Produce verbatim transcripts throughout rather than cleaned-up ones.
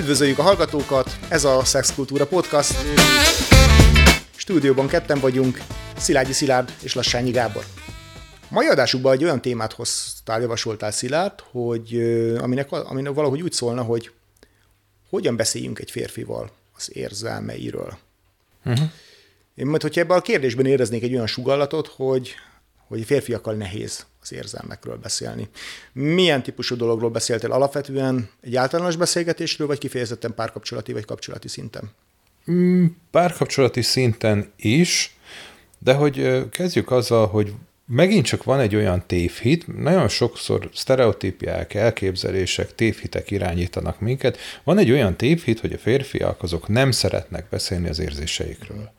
Üdvözöljük a hallgatókat, ez a Szexkultúra Podcast. Stúdióban ketten vagyunk, Szilágyi Szilárd és Lassányi Gábor. Mai adásukban egy olyan témát hoztál, javasoltál, Szilárd, hogy, aminek, aminek valahogy úgy szólna, hogy hogyan beszéljünk egy férfival az érzelmeiről. Uh-huh. Én majd, hogyha ebben a kérdésben éreznék egy olyan sugallatot, hogy, hogy férfiakkal nehéz az érzelmekről beszélni. Milyen típusú dologról beszéltél alapvetően? Egy általános beszélgetésről, vagy kifejezetten párkapcsolati vagy kapcsolati szinten? Mm, párkapcsolati szinten is, de hogy kezdjük azzal, hogy megint csak van egy olyan tévhit, nagyon sokszor sztereotípiák, elképzelések, tévhitek irányítanak minket. Van egy olyan tévhit, hogy a férfiak azok nem szeretnek beszélni az érzéseikről.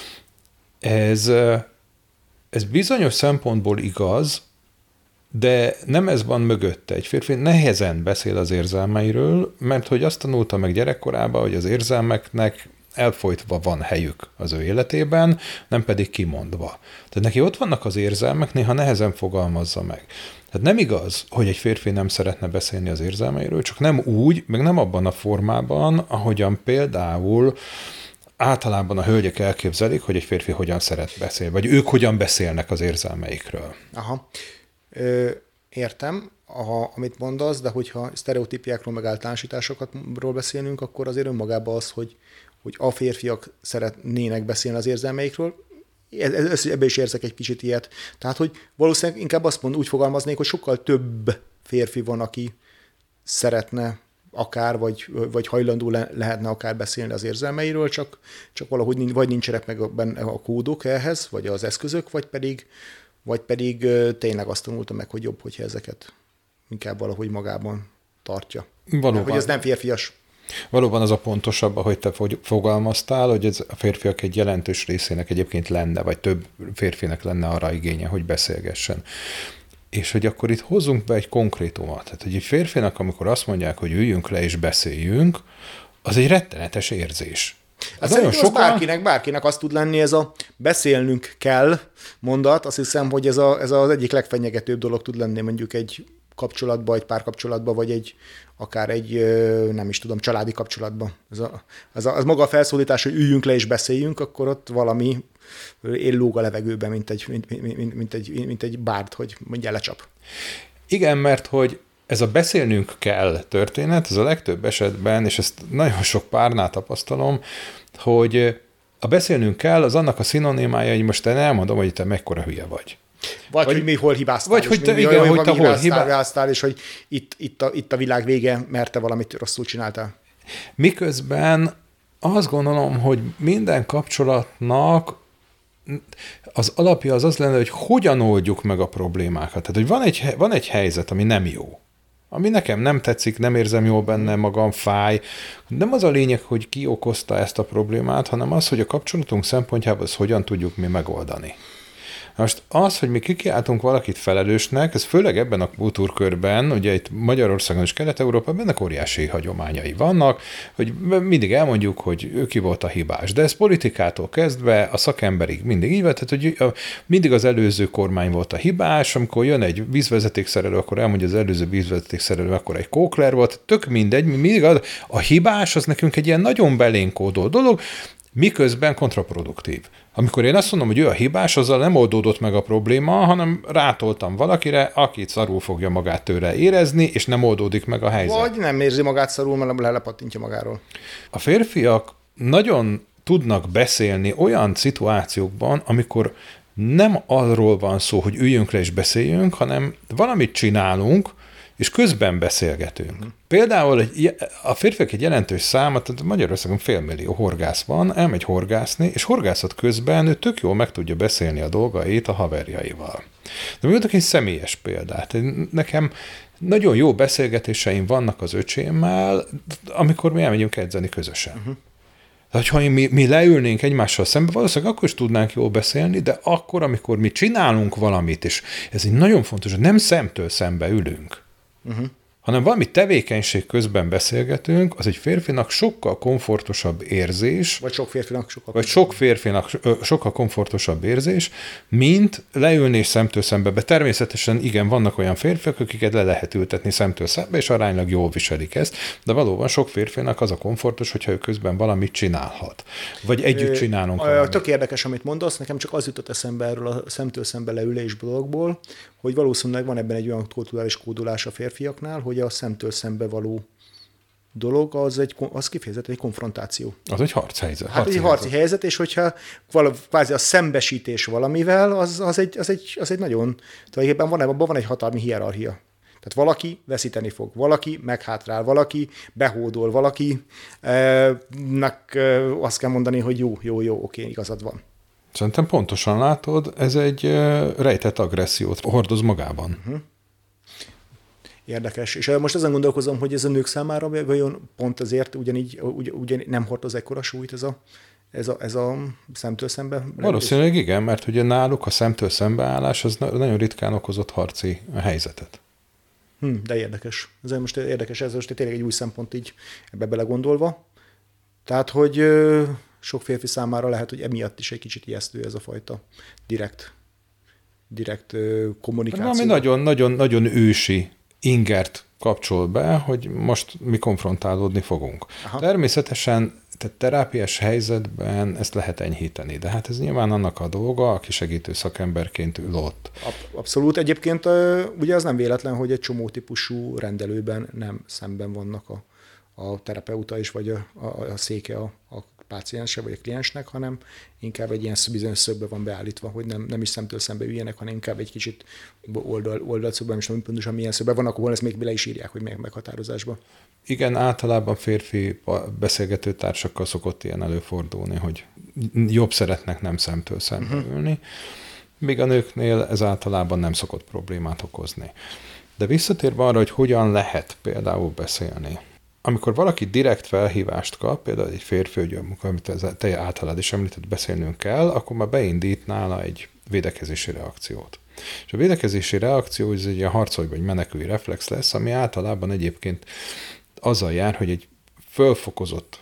Ez, ez bizonyos szempontból igaz, de nem ez van mögötte. Egy férfi nehezen beszél az érzelmeiről, mert hogy azt tanulta meg gyerekkorában, hogy az érzelmeknek elfolytva van helyük az ő életében, nem pedig kimondva. Tehát neki ott vannak az érzelmek, néha nehezen fogalmazza meg. Tehát nem igaz, hogy egy férfi nem szeretne beszélni az érzelmeiről, csak nem úgy, meg nem abban a formában, ahogyan például általában a hölgyek elképzelik, hogy egy férfi hogyan szeret beszélni, vagy ők hogyan beszélnek az érzelmeikről. Aha. Ö, értem, aha, amit mondasz, de hogyha sztereotípiákról meg általánosításokról beszélünk, akkor azért önmagában az, hogy, hogy a férfiak szeretnének beszélni az érzelmeikről, ebben is érzek egy kicsit ilyet. Tehát, hogy valószínűleg inkább azt mond, úgy fogalmaznék, hogy sokkal több férfi van, aki szeretne akár, vagy, vagy hajlandó le, lehetne akár beszélni az érzelmeiről, csak, csak valahogy vagy nincsenek meg benne a kódok ehhez, vagy az eszközök, vagy pedig vagy pedig tényleg azt tanulta meg, hogy jobb, hogyha ezeket inkább valahogy magában tartja. Valóban. Hogy ez nem férfias. Valóban az a pontosabb, ahogy te fogalmaztál, hogy ez a férfiak egy jelentős részének egyébként lenne, vagy több férfinek lenne arra igénye, hogy beszélgessen. És hogy akkor itt hozzunk be egy konkrétumot. Tehát, hogy egy férfinak, amikor azt mondják, hogy üljünk le és beszéljünk, az egy rettenetes érzés. Hát szerintem sokan... bárkinek, bárkinek azt tud lenni, ez a beszélnünk kell mondat, azt hiszem, hogy ez, a, ez az egyik legfenyegetőbb dolog tud lenni mondjuk egy kapcsolatban, egy párkapcsolatban, vagy egy akár egy, nem is tudom, családi kapcsolatban. Ez, a, ez a, az maga a felszólítás, hogy üljünk le és beszéljünk, akkor ott valami lóg a levegőben, mint egy, mint, mint, mint egy, mint egy bárd, hogy mondja lecsap. Igen, mert hogy ez a beszélnünk kell történet, ez a legtöbb esetben, és ezt nagyon sok párnál tapasztalom, hogy a beszélnünk kell, az annak a szinonimája, hogy most én elmondom, hogy te mekkora hülye vagy. Vagy, vagy hogy mi hol hibáztál. Vagy hogy te, mi, igen, mi, hogy te hol hibáztál, és hogy itt, itt, a, itt a világ vége, mert te valamit rosszul csináltál. Miközben azt gondolom, hogy minden kapcsolatnak az alapja az az lenne, hogy hogyan oldjuk meg a problémákat. Tehát, hogy van egy, van egy helyzet, ami nem jó, ami nekem nem tetszik, nem érzem jól benne magam, fáj. Nem az a lényeg, hogy ki okozta ezt a problémát, hanem az, hogy a kapcsolatunk szempontjából ezt hogyan tudjuk mi megoldani. Most az, hogy mi kikiáltunk valakit felelősnek, ez főleg ebben a kultúrkörben, ugye itt Magyarországon és Kelet-Európában ennek óriási hagyományai vannak, hogy mindig elmondjuk, hogy ő ki volt a hibás. De ez politikától kezdve a szakemberig mindig így volt, tehát hogy mindig az előző kormány volt a hibás, amikor jön egy vízvezetékszerelő, akkor elmondja az előző vízvezetékszerelő, akkor egy kókler volt, tök mindegy, mindig az, a hibás az nekünk egy ilyen nagyon belénkódó dolog, miközben kontraproduktív. Amikor én azt mondom, hogy ő a hibás, azzal nem oldódott meg a probléma, hanem rátoltam valakire, akit szarul fogja magát tőle érezni, és nem oldódik meg a helyzet. Vagy nem érzi magát szarul, mert lelepattintja magáról. A férfiak nagyon tudnak beszélni olyan szituációkban, amikor nem arról van szó, hogy üljünk le és beszéljünk, hanem valamit csinálunk, és közben beszélgetünk. Uh-huh. Például egy, a férfiak egy jelentős száma, tehát Magyarországon félmillió horgász van, elmegy horgászni, és horgászat közben ő tök jól meg tudja beszélni a dolgait a haverjaival. De mondok egy személyes példát. Nekem nagyon jó beszélgetéseim vannak az öcsémmel, amikor mi elmegyünk edzeni közösen. Uh-huh. Tehát, ha mi, mi leülnénk egymással szembe, valószínűleg akkor is tudnánk jól beszélni, de akkor, amikor mi csinálunk valamit, és ez egy nagyon fontos, hogy nem szemtől szembe ülünk, uh-huh. hanem valami tevékenység közben beszélgetünk, az egy férfinak sokkal komfortosabb érzés, vagy sok férfinak sokkal, vagy sok férfinak sokkal komfortosabb érzés, mint leülni és szemtől szembe. Természetesen igen, vannak olyan férfiak, akiket le lehet ültetni szemtől szembe, és aránylag jól viselik ezt, de valóban sok férfinak az a komfortos, hogyha ő közben valamit csinálhat. Vagy együtt csinálunk valamit. Tök érdekes, amit mondasz, nekem csak az jutott eszembe erről a szemtől szembe leülés dologból, hogy valószínűleg van ebben egy olyan kulturális kódulás a férfiaknál, hogy a szemtől szembe való dolog, az, egy, az kifejezetten egy konfrontáció. Az egy harchelyzet. Hát egy harci helyzet, és hogyha vala, kvázi a szembesítés valamivel, az, az, egy, az, egy, az egy nagyon, tulajdonképpen van, abban van egy hatalmi hierarchia. Tehát valaki veszíteni fog, valaki meghátrál, valaki behódol, valakinek eh, azt kell mondani, hogy jó, jó, jó, oké, igazad van. Szerintem pontosan látod, ez egy uh, rejtett agressziót hordoz magában. Uh-huh. Érdekes. És most ezen gondolkozom, hogy ez a nők számára vajon pont ezért ugyanígy, ugy, ugyan nem hordoz ekkora súlyt ez a, ez a, ez a szemtől szembe? Valószínűleg igen, mert ugye náluk a szemtől szembeállás az nagyon ritkán okozott harci helyzetet. Hm, de érdekes. Ez most érdekes, ez most tényleg egy új szempont így ebbe belegondolva. Tehát, hogy sok férfi számára lehet, hogy emiatt is egy kicsit ijesztő ez a fajta direkt, direkt kommunikáció. Valami nagyon, nagyon, nagyon ősi ingert kapcsol be, hogy most mi konfrontálódni fogunk. Aha. Természetesen tehát terápiás helyzetben ezt lehet enyhíteni, de hát ez nyilván annak a dolga, aki segítő szakemberként ül ott. Abszolút. Egyébként ugye az nem véletlen, hogy egy csomó típusú rendelőben nem szemben vannak a, a terapeuta is, vagy a, a, a széke a, a páciense, vagy a kliensnek, hanem inkább egy ilyen bizonyos szögbe van beállítva, hogy nem, nem is szemtől szembe üljenek, hanem inkább egy kicsit oldal, oldalszögben, és nem pontosan milyen szögben vannak, ahol ezt még bele is írják, hogy meg meghatározásba. Igen, általában férfi beszélgető társakkal szokott ilyen előfordulni, hogy jobb szeretnek nem szemtől szembe uh-huh. ülni, míg a nőknél ez általában nem szokott problémát okozni. De visszatérve arra, hogy hogyan lehet például beszélni. Amikor valaki direkt felhívást kap, például egy férfi, hogy amit te általad is említett, beszélnünk kell, akkor már beindít nála egy védekezési reakciót. És a védekezési reakció ez egy ilyen harcolj vagy menekülj reflex lesz, ami általában egyébként azzal jár, hogy egy fölfokozott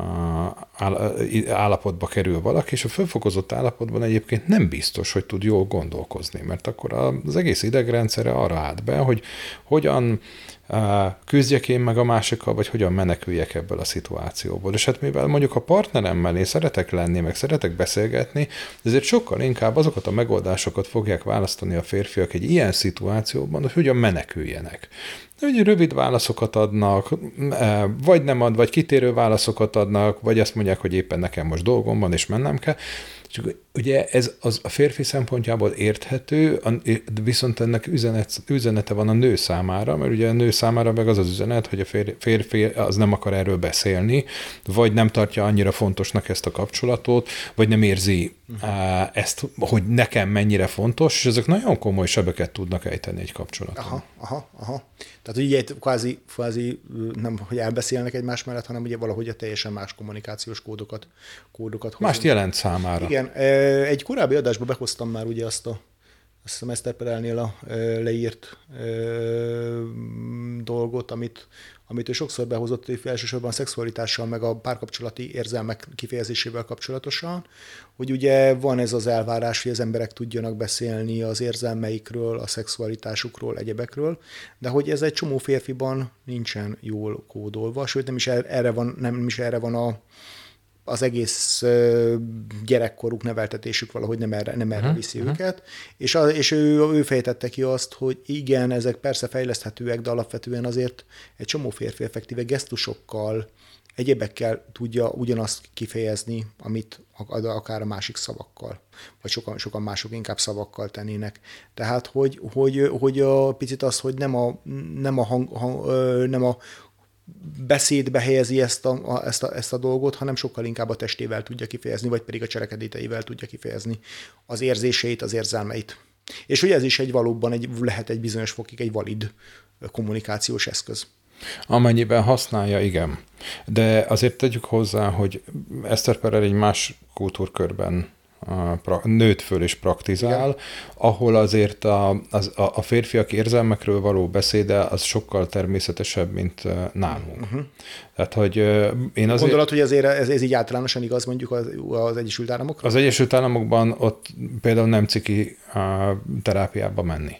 állapotba kerül valaki, és a fölfokozott állapotban egyébként nem biztos, hogy tud jól gondolkozni, mert akkor az egész idegrendszere arra állt be, hogy hogyan küzdjek én meg a másikkal, vagy hogyan meneküljek ebből a szituációból. És hát mivel mondjuk a partneremmel én szeretek lenni, meg szeretek beszélgetni, ezért sokkal inkább azokat a megoldásokat fogják választani a férfiak egy ilyen szituációban, hogy hogyan meneküljenek. Ugye rövid válaszokat adnak, vagy nem ad, vagy kitérő válaszokat adnak, vagy azt mondják, hogy éppen nekem most dolgom van, és mennem kell. Csak ugye ez az a férfi szempontjából érthető, viszont ennek üzenet, üzenete van a nő számára, mert ugye a nő számára meg az az üzenet, hogy a férfi az nem akar erről beszélni, vagy nem tartja annyira fontosnak ezt a kapcsolatot, vagy nem érzi uh-huh. ezt, hogy nekem mennyire fontos, és ezek nagyon komoly sebeket tudnak ejteni egy kapcsolaton. Aha, aha, aha. Tehát ugye kvázi, kvázi nem, hogy elbeszélnek egymás mellett, hanem ugye valahogy a teljesen más kommunikációs kódokat, kódokat hozunk. Mást jelent számára. Igen, egy korábbi adásban behoztam már ugye azt a, azt a Mester Perelnél a leírt dolgot, amit, amit ő sokszor behozott, elsősorban a szexualitással, meg a párkapcsolati érzelmek kifejezésével kapcsolatosan, hogy ugye van ez az elvárás, hogy az emberek tudjanak beszélni az érzelmeikről, a szexualitásukról, egyebekről, de hogy ez egy csomó férfiban nincsen jól kódolva, sőt nem is erre van, nem is erre van a az egész gyerekkoruk, neveltetésük valahogy nem erre, nem erre viszi uh-huh. őket, és, a, és ő, ő fejtette ki azt, hogy igen, ezek persze fejleszthetőek, de alapvetően azért egy csomó férfi effektíve gesztusokkal, egyébekkel tudja ugyanazt kifejezni, amit akár a másik szavakkal, vagy sokan, sokan mások inkább szavakkal tennének. Tehát, hogy, hogy, hogy a picit az, hogy nem a, nem a, hang, hang, nem a beszédbe helyezi ezt a, a, ezt, a, ezt a dolgot, hanem sokkal inkább a testével tudja kifejezni, vagy pedig a cselekedeteivel tudja kifejezni az érzéseit, az érzelmeit. És hogy ez is egy valóban egy, lehet egy bizonyos fokig egy valid kommunikációs eszköz. Amennyiben használja, igen. De azért tegyük hozzá, hogy Eszter Perel egy más kultúrkörben nőtt föl és praktizál, igen. ahol azért a, az, a férfiak érzelmekről való beszéde az sokkal természetesebb, mint nálunk. Uh-huh. Tehát, hogy én azért... Gondolod, hogy azért ez, ez így általánosan igaz mondjuk az, az Egyesült Államokra? Az Egyesült Államokban ott például nem ciki terápiába menni.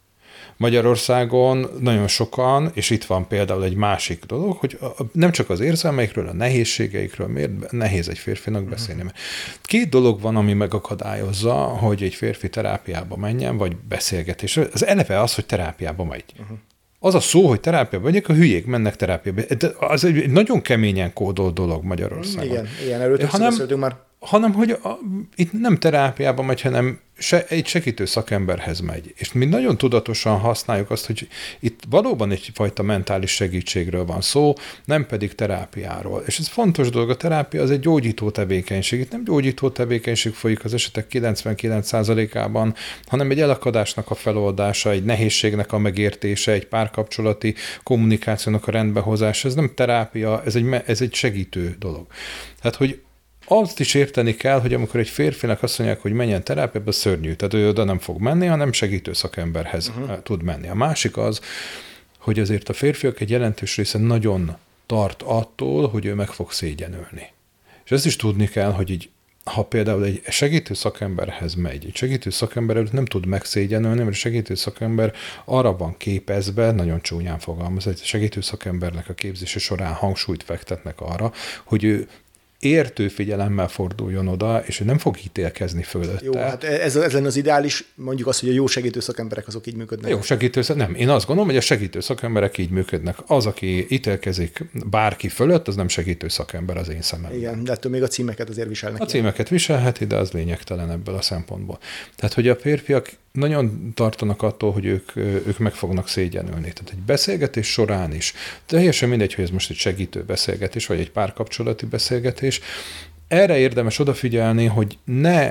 Magyarországon nagyon sokan, és itt van például egy másik dolog, hogy nem csak az érzelmeikről, a nehézségeikről, miért nehéz egy férfinak beszélni. Mert két dolog van, ami megakadályozza, hogy egy férfi terápiába menjen, vagy beszélgetésre. Az eleve az, hogy terápiába megy. Uh-huh. Az a szó, hogy terápiába megyek, a hülyék mennek terápiába. De az egy nagyon keményen kódolt dolog Magyarországon. Igen, igen, erről többször beszéltünk már. Hanem, hogy a, itt nem terápiába megy, hanem se, egy segítő szakemberhez megy. És mi nagyon tudatosan használjuk azt, hogy itt valóban egyfajta mentális segítségről van szó, nem pedig terápiáról. És ez fontos dolog, a terápia az egy gyógyító tevékenység. Itt nem gyógyító tevékenység folyik az esetek kilencvenkilenc százalékában, hanem egy elakadásnak a feloldása, egy nehézségnek a megértése, egy párkapcsolati kommunikációnak a rendbehozása. Ez nem terápia, ez egy, ez egy segítő dolog. Tehát, hogy azt is érteni kell, hogy amikor egy férfinak azt mondják, hogy menjen terápiába, szörnyű, tehát ő oda nem fog menni, hanem segítő szakemberhez uh-huh. tud menni. A másik az, hogy azért a férfiak egy jelentős része nagyon tart attól, hogy ő meg fog szégyenülni. És ezt is tudni kell, hogy így, ha például egy segítő szakemberhez megy, egy segítő szakember előtt nem tud megszégyenülni, mert a segítő szakember arra van képezve, nagyon csúnyán fogalmaz, hogy a segítő szakembernek a képzése során hangsúlyt fektetnek arra, hogy ő értő figyelemmel forduljon oda, és ő nem fog ítélkezni fölötte. Jó, hát ez, ez lenne az ideális, mondjuk azt, hogy a jó segítő szakemberek azok így működnek. Jó segítő nem. Én azt gondolom, hogy a segítő szakemberek így működnek. Az, aki ítélkezik bárki fölött, az nem segítő szakember az én szememben. Igen, de ettől még a címeket azért viselnek. A címeket viselheti, de az lényegtelen ebből a szempontból. Tehát, hogy a férfiak nagyon tartanak attól, hogy ők, ők meg fognak szégyenülni. Tehát egy beszélgetés során is, teljesen mindegy, hogy ez most egy segítő beszélgetés, vagy egy párkapcsolati beszélgetés, erre érdemes odafigyelni, hogy ne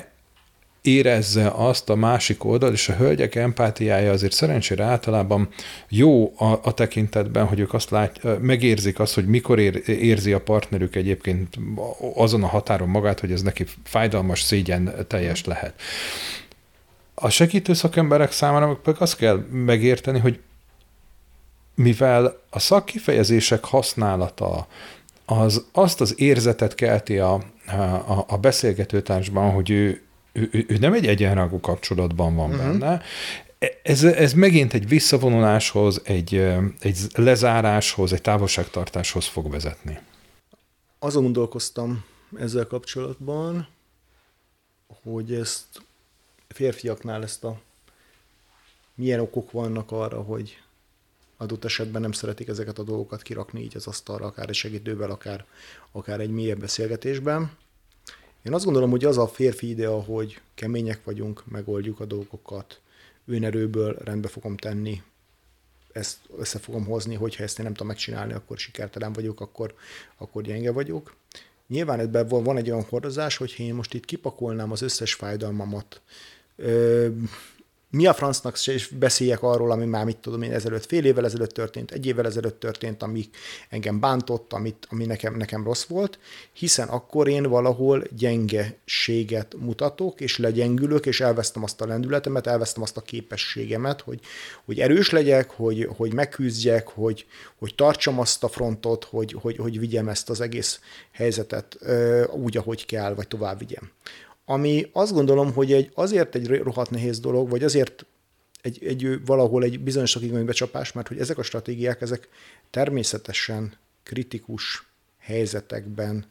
érezze azt a másik oldal, és a hölgyek empátiája azért szerencsére általában jó a, a tekintetben, hogy ők azt lát, megérzik azt, hogy mikor ér, érzi a partnerük egyébként azon a határon magát, hogy ez neki fájdalmas, szégyen teljes lehet. A segítő szakemberek számára meg azt kell megérteni, hogy mivel a szakkifejezések használata az azt az érzetet kelti a, a, a beszélgetőtársban, hogy ő, ő, ő nem egy egyenrangú kapcsolatban van uh-huh. benne. Ez, ez megint egy visszavonuláshoz, egy, egy lezáráshoz, egy távolságtartáshoz fog vezetni. Azon gondolkoztam ezzel kapcsolatban, hogy ezt férfiaknál ezt a milyen okok vannak arra, hogy adott esetben nem szeretik ezeket a dolgokat kirakni így az asztalra, akár egy segítővel, akár, akár egy mélyebb beszélgetésben. Én azt gondolom, hogy az a férfi idea, hogy kemények vagyunk, megoldjuk a dolgokat, önerőből rendbe fogom tenni, ezt össze fogom hozni, hogyha ezt én nem tudom megcsinálni, akkor sikertelen vagyok, akkor, akkor gyenge vagyok. Nyilván ebben van egy olyan hordozás, hogy én most itt kipakolnám az összes fájdalmamat, ö, mi a francnak beszéljek arról, ami már mit tudom én ezelőtt, fél évvel ezelőtt történt, egy évvel ezelőtt történt, ami engem bántott, amit, ami nekem, nekem rossz volt, hiszen akkor én valahol gyengeséget mutatok, és legyengülök, és elvesztem azt a lendületemet, elvesztem azt a képességemet, hogy, hogy erős legyek, hogy, hogy megküzdjek, hogy, hogy tartsam azt a frontot, hogy, hogy, hogy vigyem ezt az egész helyzetet úgy, ahogy kell, vagy tovább vigyem. Ami azt gondolom, hogy egy, azért egy rohadt nehéz dolog, vagy azért egy, egy valahol egy bizonyos szakigazolvány becsapás, mert hogy ezek a stratégiák, ezek természetesen kritikus helyzetekben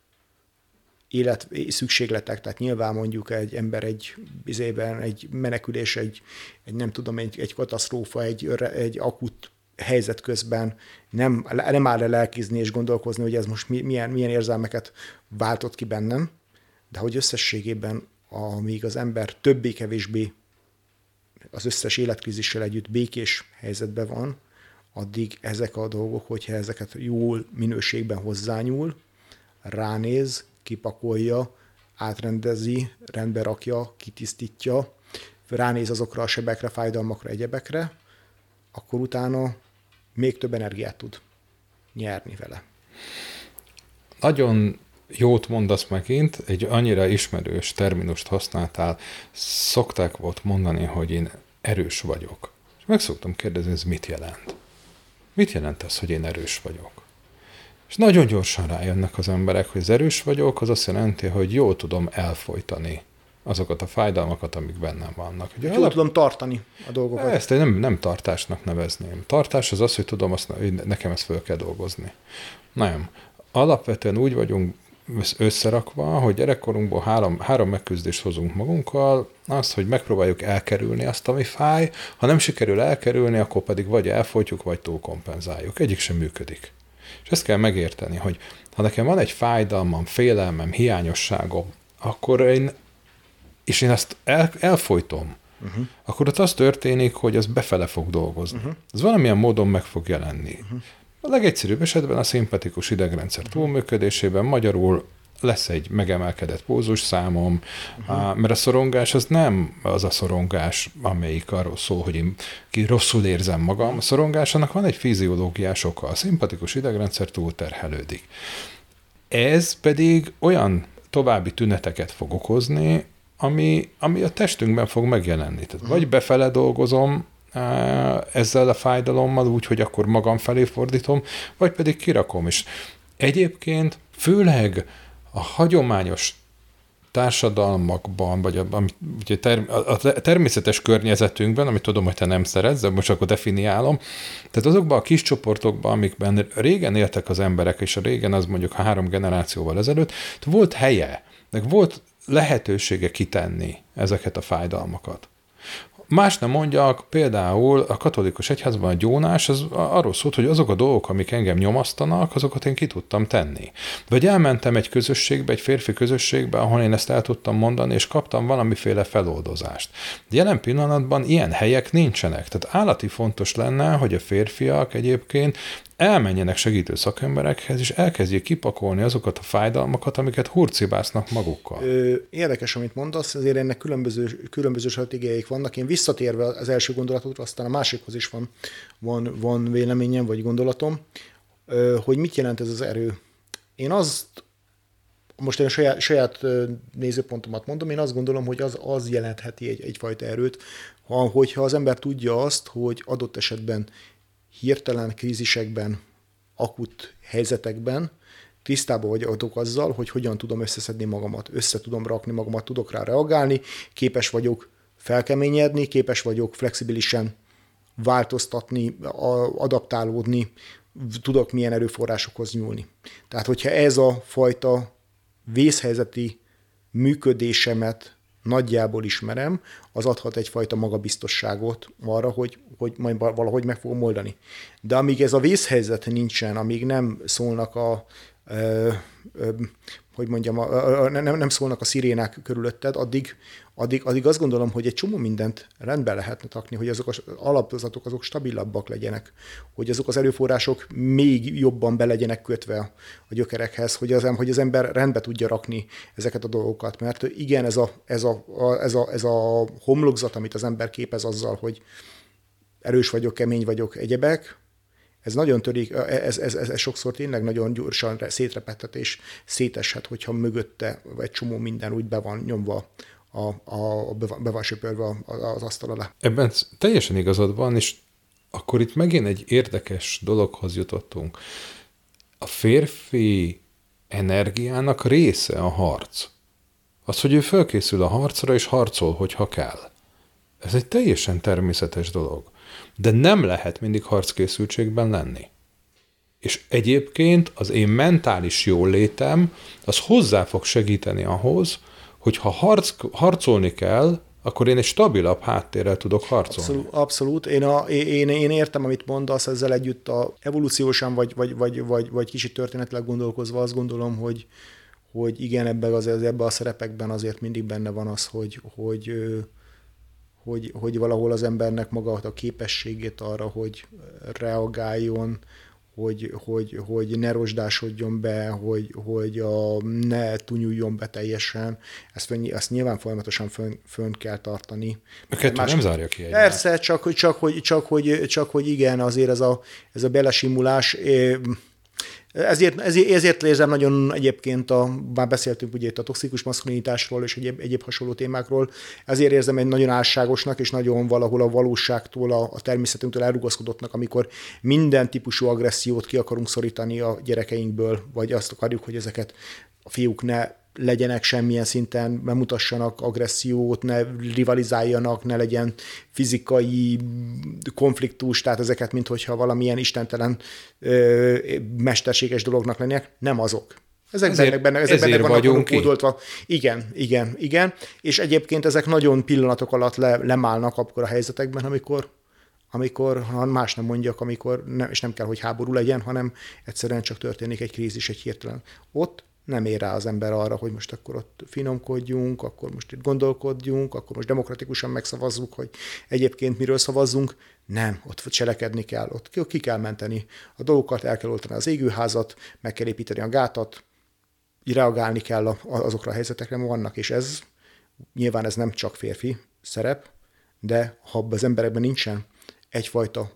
élet, szükségletek, tehát nyilván mondjuk egy ember egy bizében, egy menekülés, egy, egy nem tudom, egy, egy katasztrófa, egy, egy akut helyzet közben nem, nem áll le lelkizni és gondolkozni, hogy ez most milyen, milyen érzelmeket váltott ki bennem, de hogy összességében, amíg az ember többé-kevésbé az összes életkrízissel együtt békés helyzetben van, addig ezek a dolgok, hogyha ezeket jól minőségben hozzányúl, ránéz, kipakolja, átrendezi, rendbe rakja, kitisztítja, ránéz azokra a sebekre, fájdalmakra, egyebekre, akkor utána még több energiát tud nyerni vele. Nagyon jót mondasz megint, egy annyira ismerős terminust használtál, szokták volt mondani, hogy én erős vagyok. És meg szoktam kérdezni, ez mit jelent? Mit jelent az, hogy én erős vagyok? És nagyon gyorsan rájönnek az emberek, hogy az erős vagyok, az azt jelenti, hogy jól tudom elfojtani azokat a fájdalmakat, amik bennem vannak. Ugye jól alap... tudom tartani a dolgokat. Ezt én nem, nem tartásnak nevezném. Tartás az az, hogy tudom, azt, hogy nekem ezt föl kell dolgozni. Nem. Alapvetően úgy vagyunk összerakva, hogy gyerekkorunkból három, három megküzdést hozunk magunkkal, azt, hogy megpróbáljuk elkerülni azt, ami fáj, ha nem sikerül elkerülni, akkor pedig vagy elfolytjuk, vagy túlkompenzáljuk. Egyik sem működik. És ezt kell megérteni, hogy ha nekem van egy fájdalmam, félelmem, hiányosságom, akkor én, és én ezt el, elfolytom, uh-huh. akkor ott az történik, hogy az befele fog dolgozni. Uh-huh. Ez valamilyen módon meg fog jelenni. Uh-huh. A legegyszerűbb esetben a szimpatikus idegrendszer túlműködésében magyarul lesz egy megemelkedett pózusszámom, uh-huh. mert a szorongás az nem az a szorongás, amelyik arról szól, hogy én ki rosszul érzem magam. A szorongás annak van egy fiziológiás oka. A szimpatikus idegrendszer túlterhelődik. Ez pedig olyan további tüneteket fog okozni, ami, ami a testünkben fog megjelenni. Tehát vagy befele dolgozom ezzel a fájdalommal, úgy, hogy akkor magam felé fordítom, vagy pedig kirakom is. Egyébként főleg a hagyományos társadalmakban, vagy a, a, ugye ter, a természetes környezetünkben, amit tudom, hogy te nem szeretsz, de most akkor definiálom, tehát azokban a kis csoportokban, amikben régen éltek az emberek, és a régen az mondjuk három generációval ezelőtt, volt helye, meg volt lehetősége kitenni ezeket a fájdalmakat. Más nem mondjak, például a katolikus egyházban a gyónás az arról szólt, hogy azok a dolgok, amik engem nyomasztanak, azokat én ki tudtam tenni. Vagy elmentem egy közösségbe, egy férfi közösségbe, ahol én ezt el tudtam mondani, és kaptam valamiféle feloldozást. De jelen pillanatban ilyen helyek nincsenek. Tehát állati fontos lenne, hogy a férfiak egyébként elmenjenek segítő szakemberekhez, és elkezdjék kipakolni azokat a fájdalmakat, amiket hurcibásznak magukkal. Ö, érdekes, amit mondasz, azért ennek különböző, különböző stratégiáik vannak. Én visszatérve az első gondolatodra, aztán a másikhoz is van, van, van véleményem, vagy gondolatom, ö, hogy mit jelent ez az erő. Én azt, most én a saját, saját nézőpontomat mondom, én azt gondolom, hogy az, az jelentheti egy, egyfajta erőt, ha, hogyha az ember tudja azt, hogy adott esetben hirtelen krízisekben, akut helyzetekben tisztában vagyok azzal, hogy hogyan tudom összeszedni magamat, össze tudom rakni magamat, tudok rá reagálni, képes vagyok felkeményedni, képes vagyok flexibilisen változtatni, adaptálódni, tudok milyen erőforrásokhoz nyúlni. Tehát, hogyha ez a fajta vészhelyzeti működésemet nagyjából ismerem, az adhat egyfajta magabiztosságot arra, hogy, hogy majd valahogy meg fogom oldani. De amíg ez a vészhelyzet nincsen, amíg nem szólnak a, ö, ö, hogy mondjam, a, a, nem, nem szólnak a szirénák körülötted, addig, addig, addig azt gondolom, hogy egy csomó mindent rendbe lehetne takni, hogy azok az alapozatok azok stabilabbak legyenek, hogy azok az erőforrások még jobban be legyenek kötve a gyökerekhez, hogy az, hogy az ember rendbe tudja rakni ezeket a dolgokat. Mert igen, ez a, ez a, ez a, ez a homlokzat, amit az ember képez azzal, hogy erős vagyok, kemény vagyok, egyebek, ez nagyon törik, ez, ez, ez, ez sokszor tényleg nagyon gyorsan szétrepethet és széteshet, hogyha mögötte egy csomó minden úgy be van nyomva, a, a, be van söpörve az asztal alá. Ebben teljesen igazad van, és akkor itt megint egy érdekes dologhoz jutottunk. A férfi energiának része a harc. Az, hogy ő felkészül a harcra, és harcol, hogyha kell. Ez egy teljesen természetes dolog. De nem lehet mindig harckészültségben lenni. És egyébként az én mentális jólétem az hozzá fog segíteni ahhoz, hogy ha harc, harcolni kell, akkor én egy stabilabb háttérrel tudok harcolni. Abszolút. abszolút. Én, a, én, én értem, amit mondasz, ezzel együtt a evolúciósan, vagy, vagy, vagy, vagy, vagy kicsit történetileg gondolkozva azt gondolom, hogy, hogy igen, ebben, az, ebben a szerepekben azért mindig benne van az, hogy, hogy Hogy, hogy valahol az embernek maga a képességét arra, hogy reagáljon, hogy, hogy, hogy ne rozsdásodjon be, hogy, hogy a, ne tunyuljon be teljesen. Ezt, fönn, ezt nyilván folyamatosan fönn, fönn kell tartani. A kettő Más, nem zárja ki egymást. Persze, csak, csak, csak, hogy, csak, hogy, csak hogy igen, azért ez a, ez a belesimulás, Ezért, ezért, ezért érzem nagyon egyébként, a, már beszéltünk ugye itt a toxikus maszkulinitásról és egyéb, egyéb hasonló témákról, ezért érzem egy nagyon álságosnak és nagyon valahol a valóságtól, a, a természetünktől elrugaszkodottnak, amikor minden típusú agressziót ki akarunk szorítani a gyerekeinkből, vagy azt akarjuk, hogy ezeket a fiúk ne legyenek semmilyen szinten, ne mutassanak agressziót, ne rivalizáljanak, ne legyen fizikai konfliktus, tehát ezeket, minthogyha valamilyen istentelen ö, mesterséges dolognak lennének, nem azok. Ezek ezért, bennek, benne, ezek ezért bennek vannak kódoltva. Igen, igen, igen. És egyébként ezek nagyon pillanatok alatt le, lemálnak akkor a helyzetekben, amikor amikor, ha más nem mondjak, amikor nem, és nem kell, hogy háború legyen, hanem egyszerűen csak történik egy krízis, egy hirtelen. Ott nem ér rá az ember arra, hogy most akkor ott finomkodjunk, akkor most itt gondolkodjunk, akkor most demokratikusan megszavazzuk, hogy egyébként miről szavazzunk. Nem, ott cselekedni kell, ott ki kell menteni a dolgokat, el kell oltani az égőházat, meg kell építeni a gátat, reagálni kell azokra a helyzetekre, vannak, és ez nyilván ez nem csak férfi szerep, de ha az emberekben nincsen egyfajta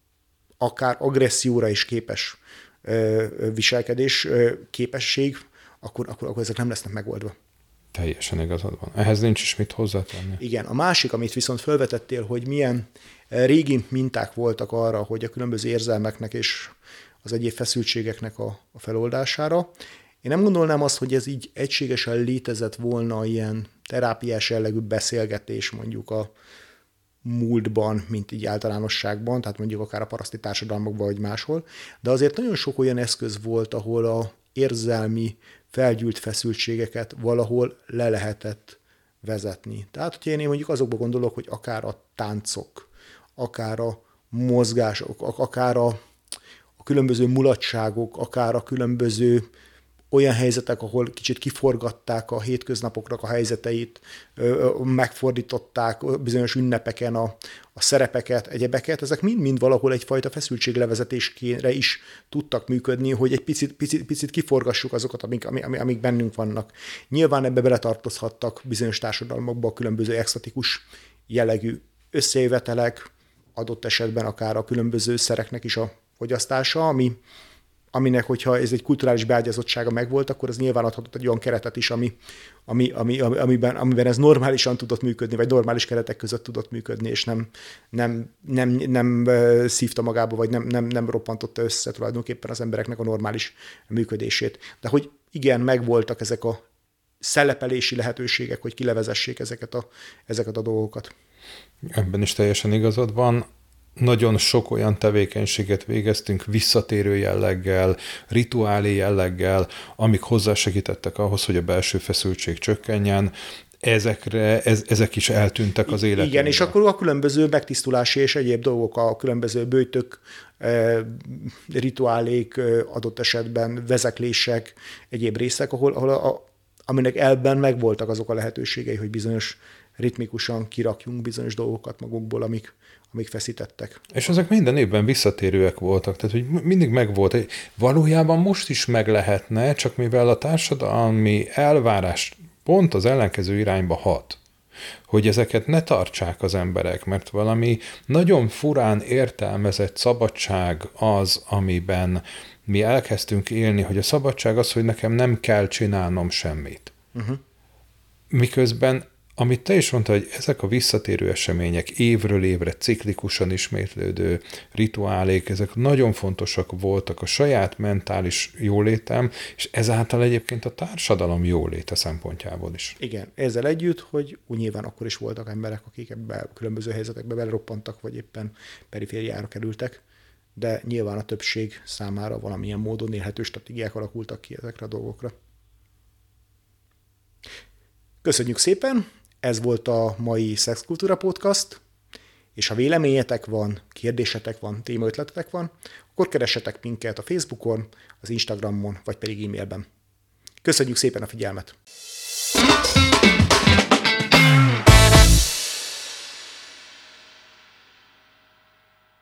akár agresszióra is képes ö, viselkedés, ö, képesség, akkor, akkor, akkor ezek nem lesznek megoldva. Teljesen igazad van. Ehhez nincs is mit hozzátenni. Igen, a másik, amit viszont felvetettél, hogy milyen régi minták voltak arra, hogy a különböző érzelmeknek és az egyéb feszültségeknek a, a feloldására. Én nem gondolnám azt, hogy ez így egységesen létezett volna ilyen terápiás jellegű beszélgetés mondjuk a múltban, mint így általánosságban, tehát mondjuk akár a paraszti társadalmakban, vagy máshol, de azért nagyon sok olyan eszköz volt, ahol a érzelmi, felgyűlt feszültségeket valahol le lehetett vezetni. Tehát, hogyha én mondjuk azokba gondolok, hogy akár a táncok, akár a mozgások, akár a, a különböző mulatságok, akár a különböző olyan helyzetek, ahol kicsit kiforgatták a hétköznapoknak a helyzeteit, megfordították bizonyos ünnepeken a, a szerepeket, egyebeket, ezek mind-mind valahol egyfajta feszültséglevezetésre is tudtak működni, hogy egy picit, picit, picit kiforgassuk azokat, amik, amik, amik bennünk vannak. Nyilván ebbe beletartozhattak bizonyos társadalmakba a különböző extatikus jellegű összejövetelek, adott esetben akár a különböző szereknek is a fogyasztása, ami aminek, hogyha ez egy kulturális beágyazottsága megvolt, akkor az nyilván adhatott egy olyan keretet is, ami, ami, ami, amiben, amiben ez normálisan tudott működni, vagy normális keretek között tudott működni, és nem, nem, nem, nem szívta magába, vagy nem, nem, nem roppantotta össze tulajdonképpen az embereknek a normális működését. De hogy igen, megvoltak ezek a szellepelési lehetőségek, hogy kilevezessék ezeket a, ezeket a dolgokat. Ebben is teljesen igazad van. Nagyon sok olyan tevékenységet végeztünk visszatérő jelleggel, rituálé jelleggel, amik hozzásegítettek ahhoz, hogy a belső feszültség csökkenjen. Ezekre, ez, ezek is eltűntek az életünkben. Igen, és akkor a különböző megtisztulási és egyéb dolgok, a különböző böjtök, rituálék, adott esetben vezeklések, egyéb részek, ahol, ahol a, aminek elben megvoltak azok a lehetőségei, hogy bizonyos ritmikusan kirakjunk bizonyos dolgokat magukból, amik amik feszítettek. És ezek minden évben visszatérőek voltak, tehát hogy mindig megvolt. Valójában most is meg lehetne, csak mivel a társadalmi elvárás pont az ellenkező irányba hat, hogy ezeket ne tartsák az emberek, mert valami nagyon furán értelmezett szabadság az, amiben mi elkezdtünk élni, hogy a szabadság az, hogy nekem nem kell csinálnom semmit. Uh-huh. Miközben amit te is mondtad, hogy ezek a visszatérő események, évről évre ciklikusan ismétlődő rituálék, ezek nagyon fontosak voltak a saját mentális jólétem, és ezáltal egyébként a társadalom jóléte szempontjából is. Igen, ezzel együtt, hogy úgy nyilván akkor is voltak emberek, akik ebben a különböző helyzetekbe beleroppantak, vagy éppen perifériára kerültek, de nyilván a többség számára valamilyen módon élhető stratégiák alakultak ki ezekre a dolgokra. Köszönjük szépen! Ez volt a mai Szexkultúra Podcast, és ha véleményetek van, kérdésetek van, témaötletetek van, akkor keressetek minket a Facebookon, az Instagramon, vagy pedig e-mailben. Köszönjük szépen a figyelmet!